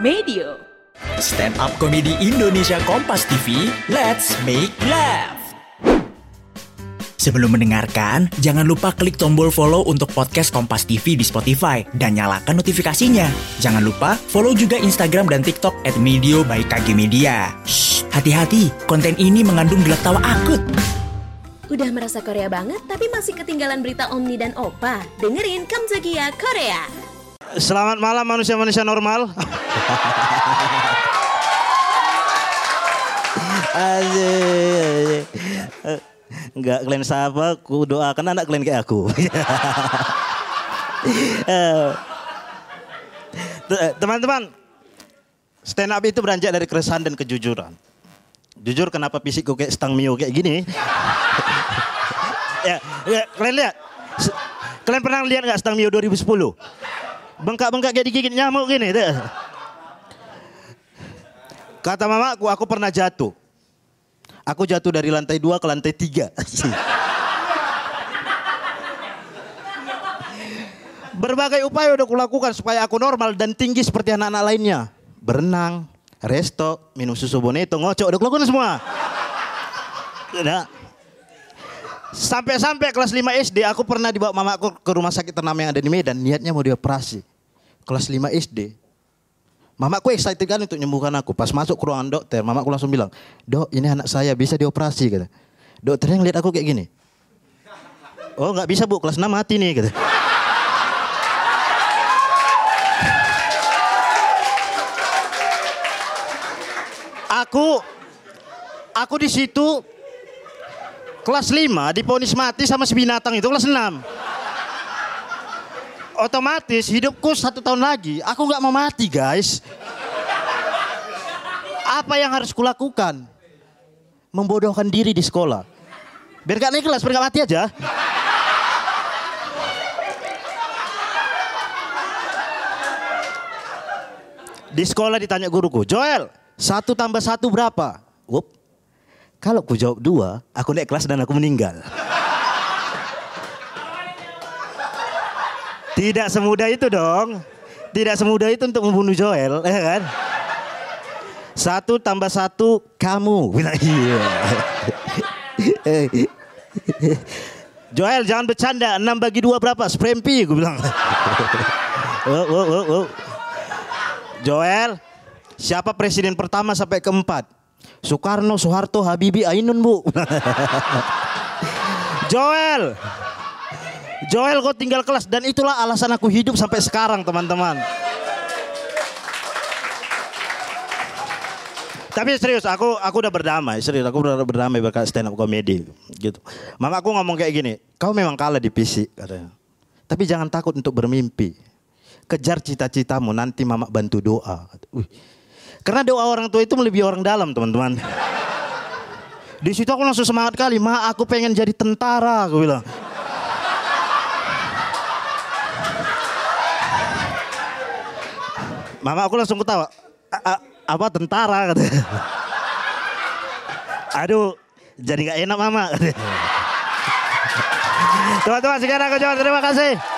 Medio. Stand up komedi Indonesia Kompas TV, let's make laugh. Sebelum mendengarkan, jangan lupa klik tombol follow untuk podcast Kompas TV di Spotify dan nyalakan notifikasinya. Jangan lupa follow juga Instagram dan TikTok @medio by KG Media. Shh, hati-hati, konten ini mengandung gelak tawa akut. Udah merasa Korea banget tapi masih ketinggalan berita Omni dan Opa? Dengerin Kamjagiya Korea. Selamat malam manusia-manusia normal. Enggak, kalian siapa? Ku doakan anak kalian kayak aku. Teman-teman, stand up itu beranjak dari keresahan dan kejujuran. Jujur kenapa fisikku kayak stang mio kayak gini? ya, kalian lihat. Kalian pernah lihat nggak stang mio 2010? Bengkak-bengkak kayak digigit nyamuk gini. Kata mamaku, aku pernah jatuh. Aku jatuh dari lantai 2 ke lantai 3. Berbagai upaya udah kulakukan supaya aku normal dan tinggi seperti anak-anak lainnya. Berenang, resto, minum susu Bonito, ngocok, udah kulakukan semua. Udah. Sampai kelas 5 SD aku pernah dibawa mamaku ke rumah sakit ternama yang ada di Medan. Niatnya mau dioperasi. Kelas 5 SD. Mamaku excited kan untuk menyembuhkan aku. Pas masuk ke ruangan dokter, mamaku langsung bilang, "Dok, ini anak saya bisa dioperasi," kata. Dokternya ngeliat aku kayak gini. "Oh, nggak bisa Bu, kelas 6 mati nih," kata. Aku di situ kelas 5 diponis mati sama si binatang itu kelas 6. Otomatis hidupku 1 tahun lagi, aku nggak mau mati guys. Apa yang harus kulakukan? Membodohkan diri di sekolah. Biar gak naik kelas, biar gak mati aja. Di sekolah ditanya guruku, "Joel, 1 tambah 1 berapa?" Kalau ku jawab 2, aku naik kelas dan aku meninggal. Tidak semudah itu dong. Tidak semudah itu untuk membunuh Joel, ya kan? 1 tambah 1 kamu. Bilang iya. Joel jangan bercanda. 6 bagi 2 berapa? Sprempi, gue bilang. Joel, siapa presiden pertama sampai keempat? Soekarno, Soeharto, Habibie, Ainun, Bu. Joel kau tinggal kelas. Dan itulah alasan aku hidup sampai sekarang teman-teman. Tapi serius, aku udah berdamai. Serius, aku udah berdamai berkat stand up comedy gitu. Mama aku ngomong kayak gini, "Kau memang kalah di fisik," katanya. "Tapi jangan takut untuk bermimpi. Kejar cita-citamu, nanti mama bantu doa." Karena doa orang tua itu melebihi orang dalam teman-teman. Di situ aku langsung semangat kali. "Ma, aku pengen jadi tentara," aku bilang. Mama aku langsung ketawa. Apa tentara?" katanya. Aduh, jadi gak enak mama. Teman-teman sekarang aku jawab, terima kasih.